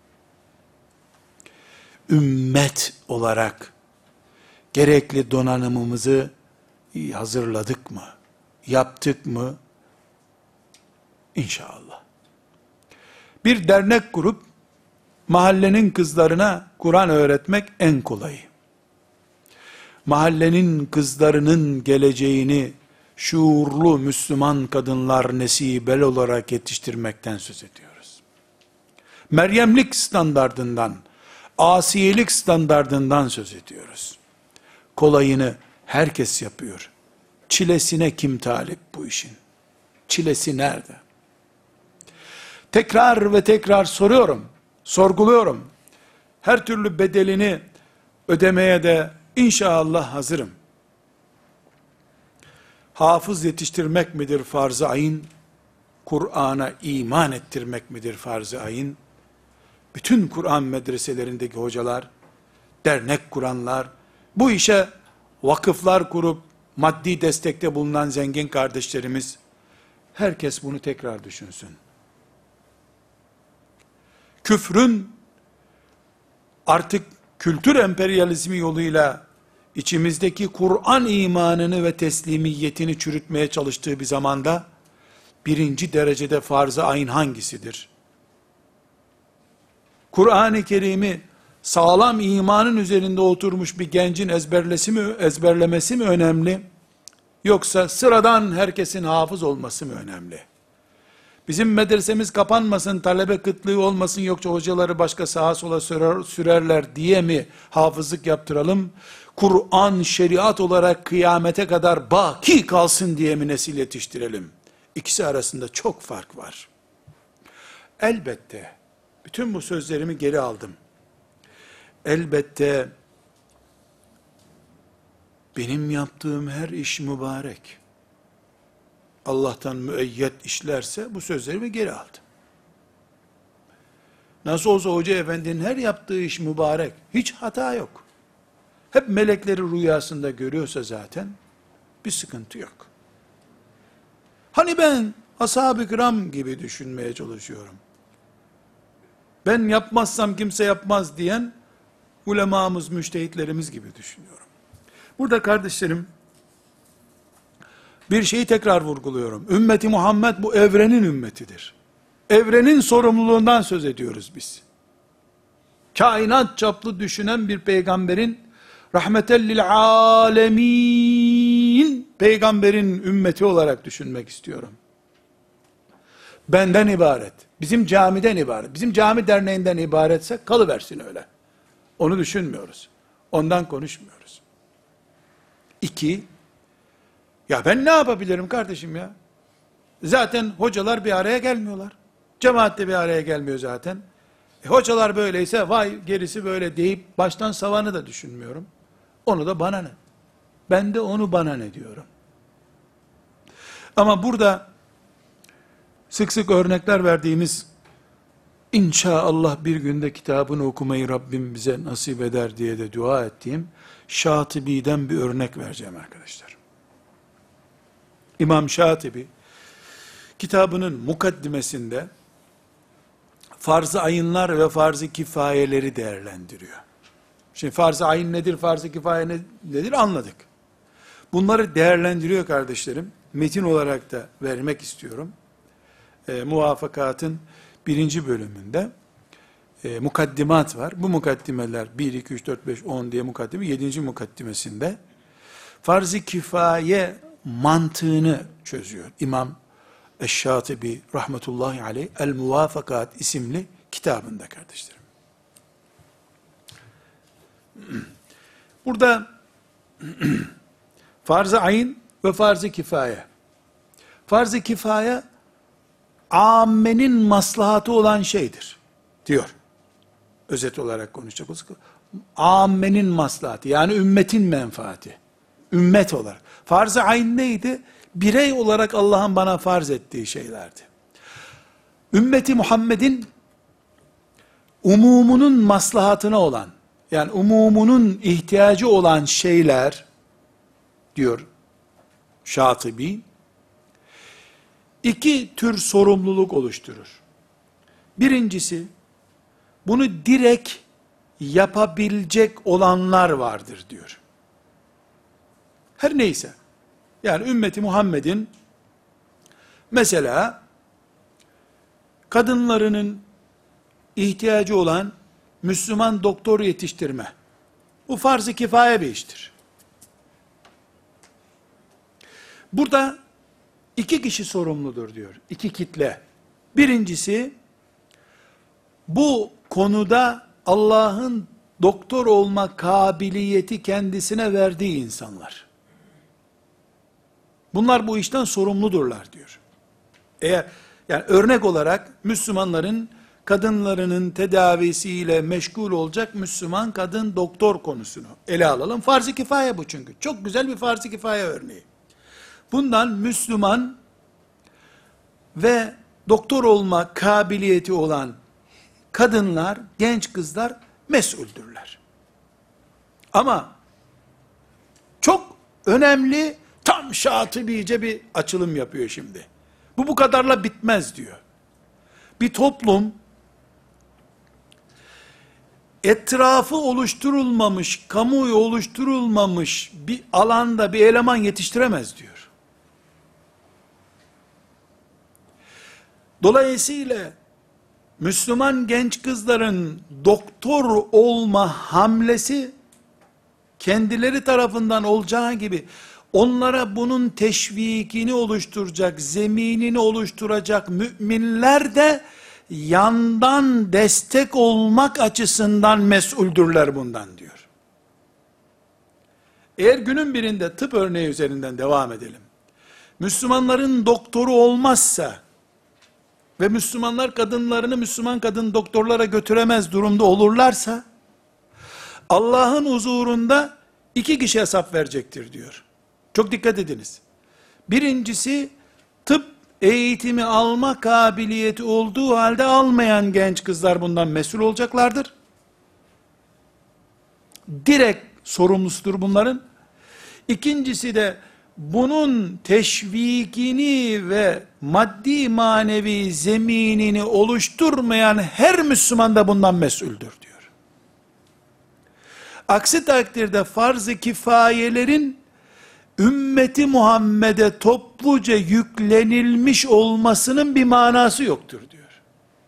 Ümmet olarak gerekli donanımımızı hazırladık mı? Yaptık mı? İnşallah. Bir dernek kurup mahallenin kızlarına Kur'an öğretmek en kolayı. Mahallenin kızlarının geleceğini şuurlu Müslüman kadınlar nesibel olarak yetiştirmekten söz ediyoruz. Meryemlik standardından, asiyelik standardından söz ediyoruz. Kolayını herkes yapıyor. Çilesine kim talip bu işin? Çilesi nerede? Tekrar ve tekrar soruyorum, sorguluyorum. Her türlü bedelini ödemeye de inşallah hazırım. Hafız yetiştirmek midir farz-ı ayın? Kur'an'a iman ettirmek midir farz-ı ayın? Bütün Kur'an medreselerindeki hocalar, dernek kuranlar, bu işe vakıflar kurup maddi destekte bulunan zengin kardeşlerimiz, herkes bunu tekrar düşünsün. Küfrün artık kültür emperyalizmi yoluyla içimizdeki Kur'an imanını ve teslimiyetini çürütmeye çalıştığı bir zamanda, birinci derecede farz-ı ayın hangisidir? Kur'an-ı Kerim'i sağlam imanın üzerinde oturmuş bir gencin ezberlemesi mi önemli? Yoksa sıradan herkesin hafız olması mı önemli? Bizim medresemiz kapanmasın, talebe kıtlığı olmasın, yoksa hocaları başka sağa sola sürerler diye mi hafızlık yaptıralım? Kur'an şeriat olarak kıyamete kadar baki kalsın diye mi nesil yetiştirelim? İkisi arasında çok fark var. Elbette, bütün bu sözlerimi geri aldım. Elbette, benim yaptığım her iş mübarek. Allah'tan müeyyet işlerse bu sözlerimi geri aldım. Nasıl olsa hoca efendinin her yaptığı iş mübarek. Hiç hata yok. Hep melekleri rüyasında görüyorsa zaten bir sıkıntı yok. Hani ben ashab-ı kiram gibi düşünmeye çalışıyorum. Ben yapmazsam kimse yapmaz diyen ulemamız, müştehitlerimiz gibi düşünüyorum. Burada kardeşlerim, bir şeyi tekrar vurguluyorum. Ümmeti Muhammed bu evrenin ümmetidir. Evrenin sorumluluğundan söz ediyoruz biz. Kainat çaplı düşünen bir peygamberin, rahmetellil alemin, peygamberin ümmeti olarak düşünmek istiyorum. Benden ibaret, bizim camiden ibaret, bizim cami derneğinden ibaretse kalıversin öyle. Onu düşünmüyoruz. Ondan konuşmuyoruz. İki, ya ben ne yapabilirim kardeşim ya? Zaten hocalar bir araya gelmiyorlar. Cemaat de bir araya gelmiyor zaten. Hocalar böyleyse vay gerisi böyle deyip baştan savanı da düşünmüyorum. Onu da bana ne? Ben de onu bana ne diyorum. Ama burada sık sık örnekler verdiğimiz, İnşallah bir günde kitabını okumayı Rabbim bize nasip eder diye de dua ettiğim Şatibi'den bir örnek vereceğim arkadaşlar. İmam Şatibi kitabının mukaddimesinde farz-ı ayınlar ve farz-ı kifayeleri değerlendiriyor. Şimdi farz-ı ayın nedir, farz-ı kifaye nedir anladık. Bunları değerlendiriyor kardeşlerim. metin olarak da vermek istiyorum. Muvafakatın 1. bölümünde mukaddimat var. Bu mukaddimeler 1, 2, 3, 4, 5, 10 diye mukaddime, 7. mukaddimesinde farz-ı kifaye mantığını çözüyor. İmam Eşşatibi rahmetullahi aleyh El-Muvafakat isimli kitabında kardeşlerim. Burada farz-ı ayn ve farz-ı kifaye. Farz-ı kifaye âmmenin maslahatı olan şeydir diyor. Özet olarak konuşacak olursak. Âmmenin maslahatı yani ümmetin menfaati. Ümmet olarak. Farz-ı ayn neydi? Birey olarak Allah'ın bana farz ettiği şeylerdi. Ümmeti Muhammed'in umumunun maslahatına olan, yani umumunun ihtiyacı olan şeyler, diyor Şatibi, iki tür sorumluluk oluşturur. Birincisi, bunu direkt yapabilecek olanlar vardır diyor. Her neyse, yani ümmeti Muhammed'in, mesela, kadınlarının ihtiyacı olan Müslüman doktor yetiştirme, bu farz-ı kifaye bir iştir. Burada iki kişi sorumludur diyor, iki kitle. Birincisi, bu konuda Allah'ın doktor olma kabiliyeti kendisine verdiği insanlar. Bunlar bu işten sorumludurlar diyor. Eğer, yani örnek olarak Müslümanların kadınlarının tedavisiyle meşgul olacak Müslüman kadın doktor konusunu ele alalım. Farz-ı kifaye bu çünkü. Çok güzel bir farz-ı kifaye örneği. Bundan Müslüman ve doktor olma kabiliyeti olan kadınlar, genç kızlar mesuldürler. Ama çok önemli, tam Şatibice bir açılım yapıyor şimdi. Bu kadarla bitmez diyor. Bir toplum etrafı oluşturulmamış, kamuoyu oluşturulmamış bir alanda bir eleman yetiştiremez diyor. Dolayısıyla Müslüman genç kızların doktor olma hamlesi kendileri tarafından olacağı gibi onlara bunun teşvikini oluşturacak, zeminini oluşturacak müminler de yandan destek olmak açısından mesuldürler bundan diyor. Eğer günün birinde tıp örneği üzerinden devam edelim. Müslümanların doktoru olmazsa ve Müslümanlar kadınlarını Müslüman kadın doktorlara götüremez durumda olurlarsa, Allah'ın huzurunda iki kişi hesap verecektir diyor. Çok dikkat ediniz. Birincisi, tıp eğitimi alma kabiliyeti olduğu halde almayan genç kızlar bundan mesul olacaklardır. Direkt sorumlusudur bunların. İkincisi de bunun teşvikini ve maddi manevi zeminini oluşturmayan her Müslüman da bundan mesuldür diyor. Aksi takdirde farz-ı kifayelerin ümmeti Muhammed'e topluca yüklenilmiş olmasının bir manası yoktur diyor.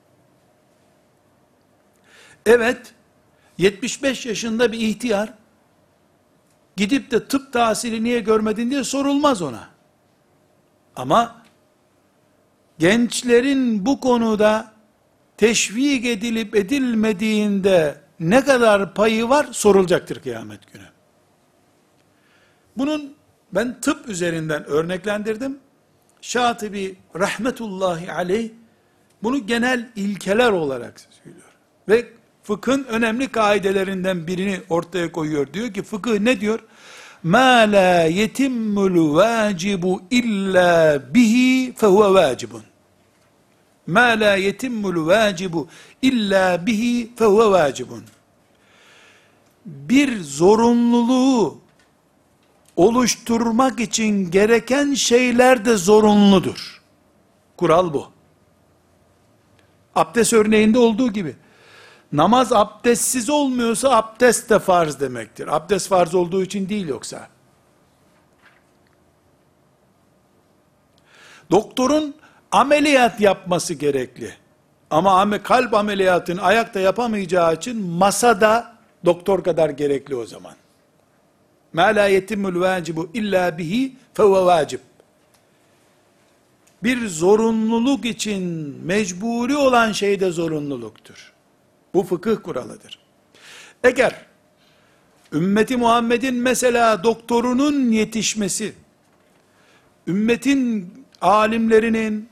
Evet, 75 yaşında bir ihtiyar, gidip de tıp tahsili niye görmedin diye sorulmaz ona. Ama, gençlerin bu konuda teşvik edilip edilmediğinde ne kadar payı var sorulacaktır kıyamet günü. Bunun ben tıp üzerinden örneklendirdim. Şatibi rahmetullahi aleyh bunu genel ilkeler olarak söylüyor. Ve fıkhın önemli kaidelerinden birini ortaya koyuyor. Diyor ki fıkıh ne diyor? مَا لَا يَتِمُّ الْوَاجِبُ اِلَّا بِهِ فَهُوَ وَاجِبٌ مَا لَا يَتِمُّ الْوَاجِبُ اِلَّا بِهِ فَهُوَ وَاجِبٌ Bir zorunluluğu oluşturmak için gereken şeyler de zorunludur. Kural bu. Abdest örneğinde olduğu gibi, namaz abdestsiz olmuyorsa abdest de farz demektir. Abdest farz olduğu için değil yoksa. Doktorun ameliyat yapması gerekli. Ama kalp ameliyatını ayakta yapamayacağı için masada doktor kadar gerekli o zaman. مَا لَا يَتِمُّ الْوَاجِبُ اِلَّا بِهِ فَهُوَ vacib. Bir zorunluluk için mecburi olan şey de zorunluluktur. Bu fıkıh kuralıdır. Eğer ümmeti Muhammed'in mesela doktorunun yetişmesi, ümmetin alimlerinin,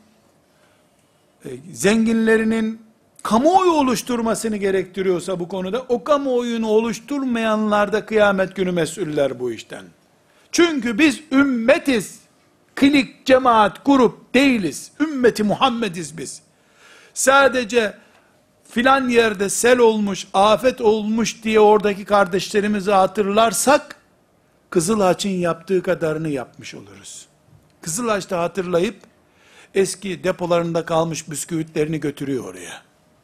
zenginlerinin kamuoyu oluşturmasını gerektiriyorsa bu konuda, o kamuoyunu oluşturmayanlar da kıyamet günü mesuller bu işten. Çünkü biz ümmetiz. Klik, cemaat, grup değiliz. Ümmeti Muhammediz biz. Sadece filan yerde sel olmuş, afet olmuş diye oradaki kardeşlerimizi hatırlarsak, Kızıl Haç'ın yaptığı kadarını yapmış oluruz. Kızıl Haç da hatırlayıp, eski depolarında kalmış bisküvitlerini götürüyor oraya.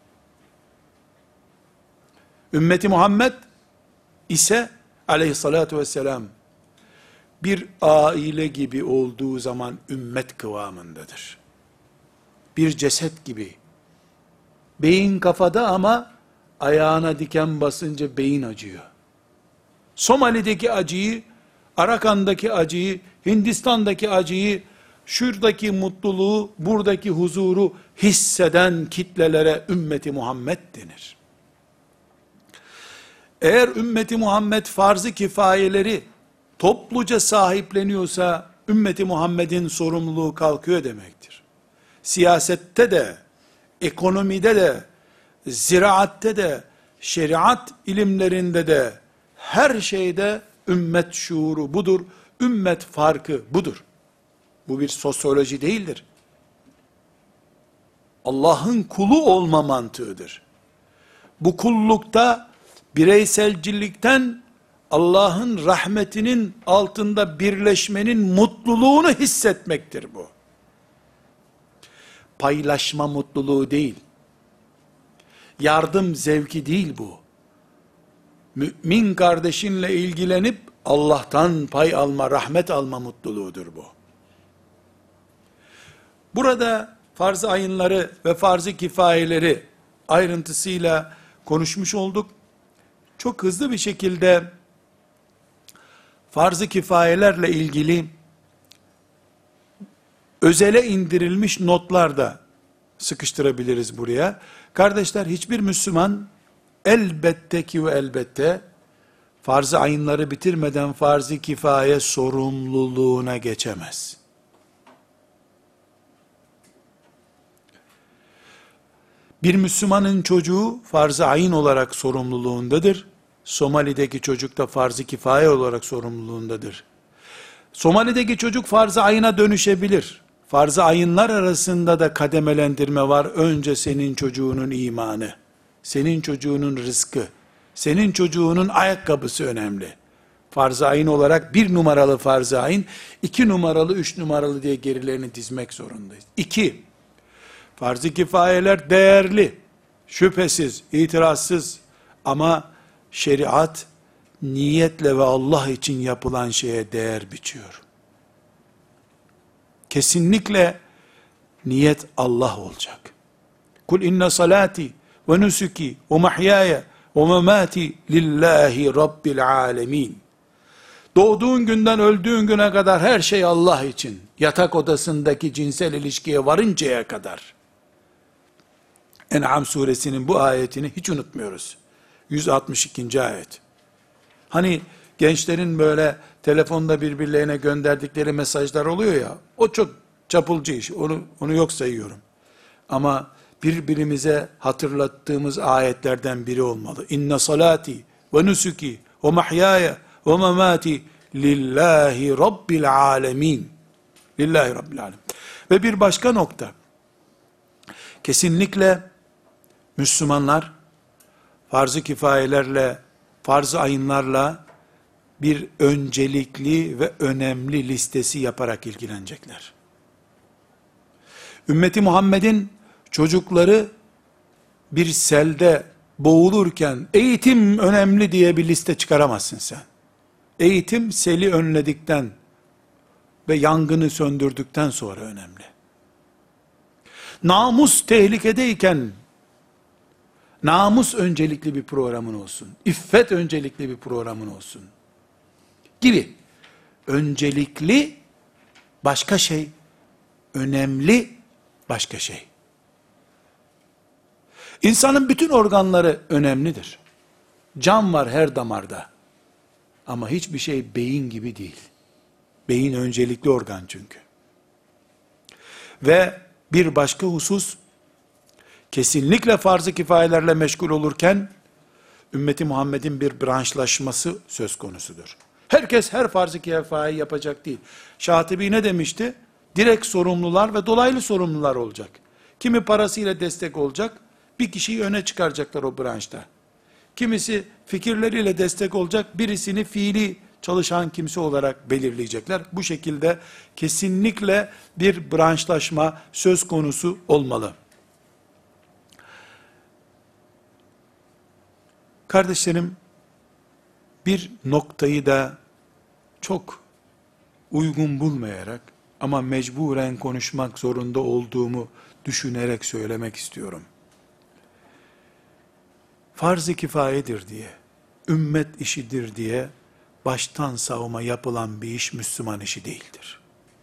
Ümmeti Muhammed ise aleyhissalatu vesselam, bir aile gibi olduğu zaman ümmet kıvamındadır. Bir ceset gibi. Beyin kafada ama ayağına diken basınca beyin acıyor. Somali'deki acıyı, Arakan'daki acıyı, Hindistan'daki acıyı, şuradaki mutluluğu, buradaki huzuru hisseden kitlelere ümmeti Muhammed denir. Eğer ümmeti Muhammed farz-ı kifayeleri topluca sahipleniyorsa, ümmeti Muhammed'in sorumluluğu kalkıyor demektir. Siyasette de, ekonomide de, ziraatte de, şeriat ilimlerinde de, her şeyde ümmet şuuru budur, ümmet farkı budur. Bu bir sosyoloji değildir. Allah'ın kulu olma mantığıdır. Bu kullukta bireyselcilikten Allah'ın rahmetinin altında birleşmenin mutluluğunu hissetmektir bu. Paylaşma mutluluğu değil. Yardım zevki değil bu. Mümin kardeşinle ilgilenip Allah'tan pay alma, rahmet alma mutluluğudur bu. Burada farz-ı ayınları ve farz-ı kifayeleri ayrıntısıyla konuşmuş olduk. Çok hızlı bir şekilde farz-ı kifayelerle ilgili özele indirilmiş notlar da sıkıştırabiliriz buraya. Kardeşler, hiçbir Müslüman elbette ki ve elbette farz-ı ayınları bitirmeden farz-ı kifaye sorumluluğuna geçemez. Bir Müslümanın çocuğu farz-ı ayın olarak sorumluluğundadır. Somali'deki çocuk da farz-ı kifaye olarak sorumluluğundadır. Somali'deki çocuk farz-ı ayına dönüşebilir. Farz-ı ayınlar arasında da kademelendirme var. Önce senin çocuğunun imanı, senin çocuğunun rızkı, senin çocuğunun ayakkabısı önemli. Farz-ı ayın olarak 1 numaralı farz-ı ayın, 2 numaralı, 3 numaralı diye gerilerini dizmek zorundayız. 2. Farz-ı kifayeler değerli, şüphesiz, itirazsız, ama şeriat, niyetle ve Allah için yapılan şeye değer biçiyor. Kesinlikle niyet Allah olacak. Kul inne salati ve nusuki ve mahyaya ve memati lillahi rabbil alemin. Doğduğun günden öldüğün güne kadar her şey Allah için. Yatak odasındaki cinsel ilişkiye varıncaya kadar. En'am suresinin bu ayetini hiç unutmuyoruz. 162. ayet. Hani gençlerin böyle telefonda birbirlerine gönderdikleri mesajlar oluyor ya, o çok çapulcu iş, onu yok sayıyorum. Ama birbirimize hatırlattığımız ayetlerden biri olmalı. İnne salati ve nusuki ve mahyaya ve memati lillahi rabbil alemin. Lillahi rabbil alemin. Ve bir başka nokta, kesinlikle Müslümanlar farz-ı kifayelerle, farz-ı ayınlarla bir öncelikli ve önemli listesi yaparak ilgilenecekler. Ümmeti Muhammed'in çocukları bir selde boğulurken eğitim önemli diye bir liste çıkaramazsın sen. Eğitim seli önledikten ve yangını söndürdükten sonra önemli. Namus tehlikedeyken, namus öncelikli bir programın olsun. İffet öncelikli bir programın olsun. Gibi. Öncelikli başka şey, önemli başka şey. İnsanın bütün organları önemlidir. Can var her damarda. Ama hiçbir şey beyin gibi değil. Beyin öncelikli organ çünkü. Ve bir başka husus, kesinlikle farz-ı kifayelerle meşgul olurken, ümmeti Muhammed'in bir branşlaşması söz konusudur. Herkes her farz-ı kifayeyi yapacak değil. Şatibi ne demişti? Direkt sorumlular ve dolaylı sorumlular olacak. Kimi parasıyla destek olacak, bir kişiyi öne çıkaracaklar o branşta. Kimisi fikirleriyle destek olacak, birisini fiili çalışan kimse olarak belirleyecekler. Bu şekilde kesinlikle bir branşlaşma söz konusu olmalı. Kardeşlerim, bir noktayı da çok uygun bulmayarak ama mecburen konuşmak zorunda olduğumu düşünerek söylemek istiyorum. Farz-ı kifayedir diye, ümmet işidir diye baştan savma yapılan bir iş Müslüman işi değildir.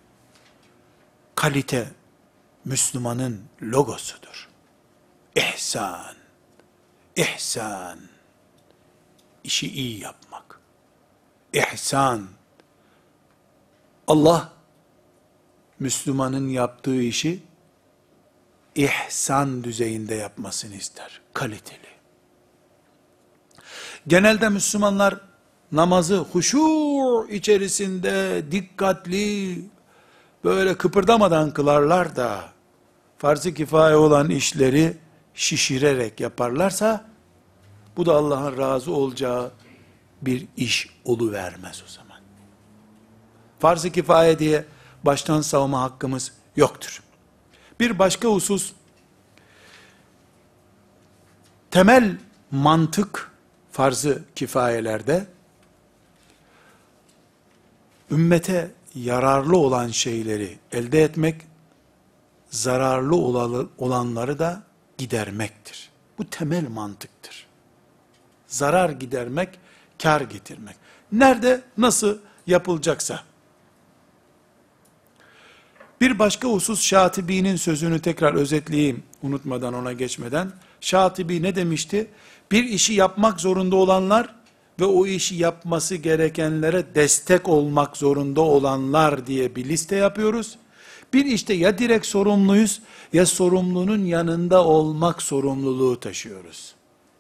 Kalite Müslümanın logosudur. İhsan, ihsan, işi iyi yapmak. İhsan, Allah Müslümanın yaptığı işi ihsan düzeyinde yapmasını ister. Kaliteli. Genelde Müslümanlar namazı huşu içerisinde dikkatli, böyle kıpırdamadan kılarlar da, farz-ı kifaye olan işleri şişirerek yaparlarsa, bu da Allah'ın razı olacağı bir iş oluvermez o zaman. Farz-ı kifaye diye baştan savma hakkımız yoktur. Bir başka husus, temel mantık farz-ı kifayelerde, ümmete yararlı olan şeyleri elde etmek, zararlı olanları da gidermektir. Bu temel mantıktır. Zarar gidermek, kar getirmek. Nerede, nasıl yapılacaksa. Bir başka husus, Şatibi'nin sözünü tekrar özetleyeyim, unutmadan, ona geçmeden. Şatibi ne demişti? Bir işi yapmak zorunda olanlar ve o işi yapması gerekenlere destek olmak zorunda olanlar diye bir liste yapıyoruz. Bir işte ya direkt sorumluyuz, ya sorumlunun yanında olmak sorumluluğu taşıyoruz.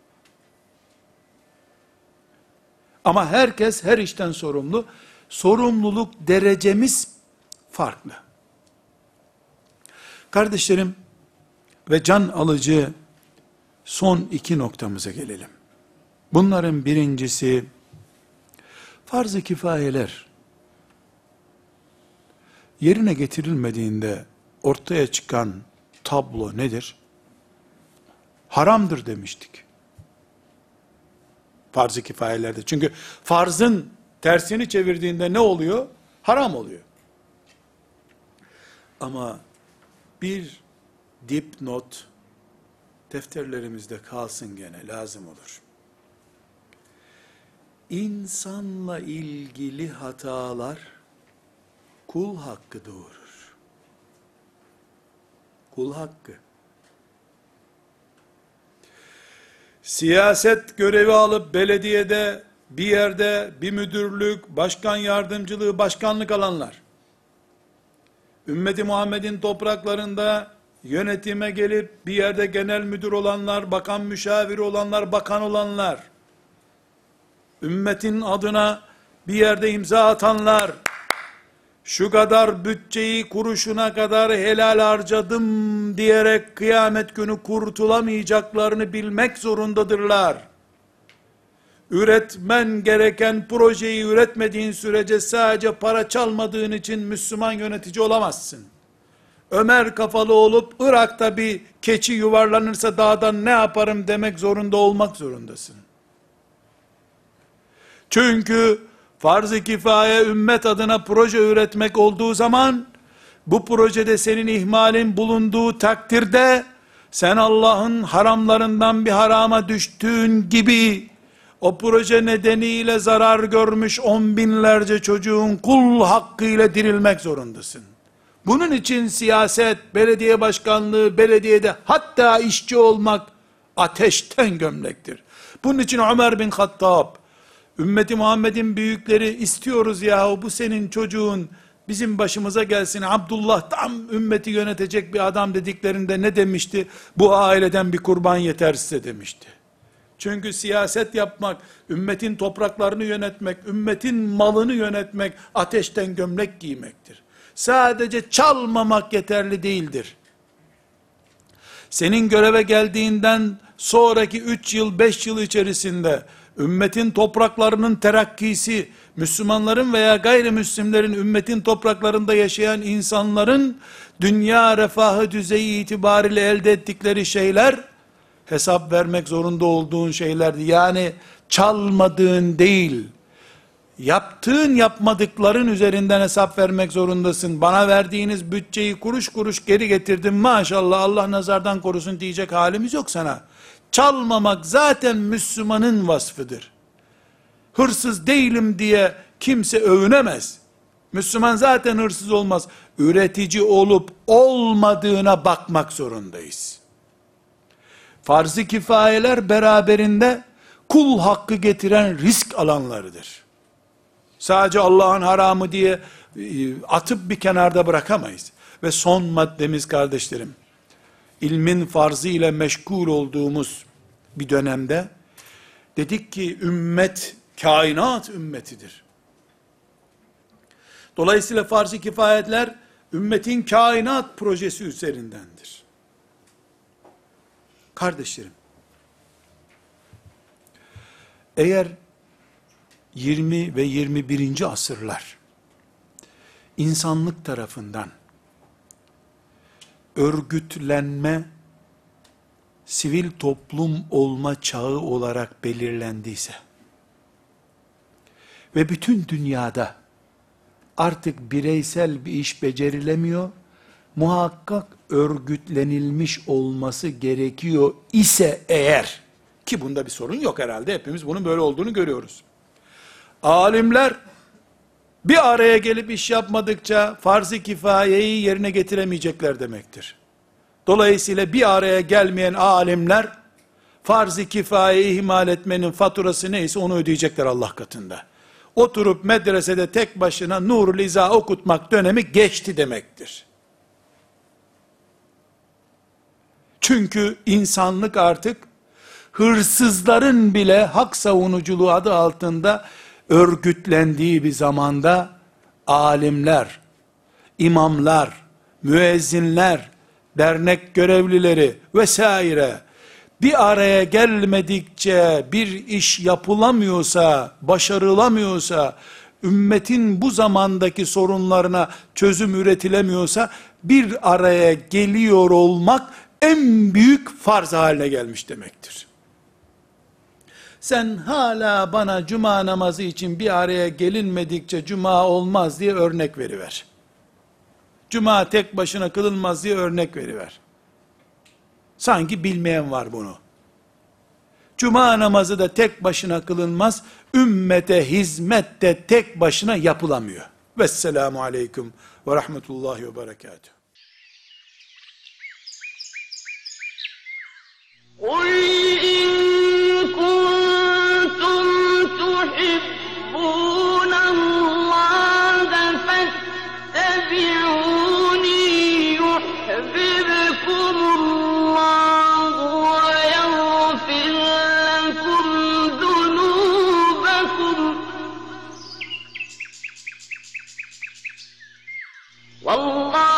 Ama herkes her işten sorumlu. Sorumluluk derecemiz farklı. Kardeşlerim ve can alıcı son iki noktamıza gelelim. Bunların birincisi, farz-ı kifayeler yerine getirilmediğinde ortaya çıkan tablo nedir? Haramdır demiştik. Farz-ı kifayelerde. Çünkü farzın tersini çevirdiğinde ne oluyor? Haram oluyor. Ama bir dipnot defterlerimizde kalsın, gene lazım olur. İnsanla ilgili hatalar kul hakkı doğurur. Kul hakkı. Siyaset görevi alıp belediyede, bir yerde bir müdürlük, başkan yardımcılığı, başkanlık alanlar, ümmeti Muhammed'in topraklarında yönetime gelip bir yerde genel müdür olanlar, bakan müşaviri olanlar, bakan olanlar, ümmetin adına bir yerde imza atanlar, şu kadar bütçeyi kuruşuna kadar helal harcadım diyerek kıyamet günü kurtulamayacaklarını bilmek zorundadırlar. Üretmen gereken projeyi üretmediğin sürece sadece para çalmadığın için Müslüman yönetici olamazsın. Ömer kafalı olup Irak'ta bir keçi yuvarlanırsa dağdan ne yaparım demek zorunda olmak zorundasın. Çünkü farz-ı kifaye ümmet adına proje üretmek olduğu zaman, Bu projede senin ihmalin bulunduğu takdirde, sen Allah'ın haramlarından bir harama düştüğün gibi, o proje nedeniyle zarar görmüş on binlerce çocuğun kul hakkıyla dirilmek zorundasın. Bunun için siyaset, belediye başkanlığı, belediyede hatta işçi olmak ateşten gömlektir. Bunun için Ömer bin Hattab, ümmeti Muhammed'in büyükleri, istiyoruz yahu bu senin çocuğun bizim başımıza gelsin, Abdullah tam ümmeti yönetecek bir adam dediklerinde ne demişti? Bu aileden bir kurban yeter size demişti. Çünkü siyaset yapmak, ümmetin topraklarını yönetmek, ümmetin malını yönetmek, ateşten gömlek giymektir. Sadece çalmamak yeterli değildir. Senin göreve geldiğinden sonraki 3 yıl, 5 yıl içerisinde, ümmetin topraklarının terakkisi, Müslümanların veya gayrimüslimlerin ümmetin topraklarında yaşayan insanların, dünya refahı düzeyi itibariyle elde ettikleri şeyler, hesap vermek zorunda olduğun şeylerdi. Yani çalmadığın değil, yaptığın yapmadıkların üzerinden hesap vermek zorundasın. Bana verdiğiniz bütçeyi kuruş kuruş geri getirdim maşallah, Allah nazardan korusun diyecek halimiz yok sana. Çalmamak zaten Müslümanın vasfıdır. Hırsız değilim diye kimse övünemez. Müslüman zaten hırsız olmaz. Üretici olup olmadığına bakmak zorundayız. Farz-ı kifayeler beraberinde kul hakkı getiren risk alanlarıdır. Sadece Allah'ın haramı diye atıp bir kenarda bırakamayız. Ve son maddemiz kardeşlerim, ilmin farzı ile meşgul olduğumuz bir dönemde, dedik ki ümmet, kainat ümmetidir. Dolayısıyla farz-ı kifayetler, ümmetin kainat projesi üzerindendir. Kardeşlerim, eğer 20 ve 21. asırlar, insanlık tarafından, örgütlenme, sivil toplum olma çağı olarak belirlendiyse, ve bütün dünyada, artık bireysel bir iş becerilemiyor, muhakkak örgütlenilmiş olması gerekiyor ise eğer, ki bunda bir sorun yok herhalde, hepimiz bunun böyle olduğunu görüyoruz. Alimler, bir araya gelip iş yapmadıkça, farz-ı kifayeyi yerine getiremeyecekler demektir. Dolayısıyla bir araya gelmeyen alimler, farz-ı kifayeyi ihmal etmenin faturası neyse onu ödeyecekler Allah katında. Oturup medresede tek başına Nurul İza okutmak dönemi geçti demektir. Çünkü insanlık artık, hırsızların bile hak savunuculuğu adı altında örgütlendiği bir zamanda, alimler, imamlar, müezzinler, dernek görevlileri vesaire, bir araya gelmedikçe, bir iş yapılamıyorsa, başarılamıyorsa, ümmetin bu zamandaki sorunlarına çözüm üretilemiyorsa, bir araya geliyor olmak, en büyük farz haline gelmiş demektir. Sen hala bana cuma namazı için bir araya gelinmedikçe cuma olmaz diye örnek veriver. Cuma tek başına kılınmaz diye örnek veriver. Sanki bilmeyen var bunu. Cuma namazı da tek başına kılınmaz, ümmete hizmet de tek başına yapılamıyor. Vesselamu aleyküm ve rahmetullahi ve berekatuhu. قُلْ إِن كُنتُمْ تُحِبُّونَ اللَّهَ فَاتَّبِعُونِي يُحْبِبْكُمُ اللَّهُ وَيَغْفِرْ لَكُمْ ذُنُوبَكُمْ وَاللَّهُ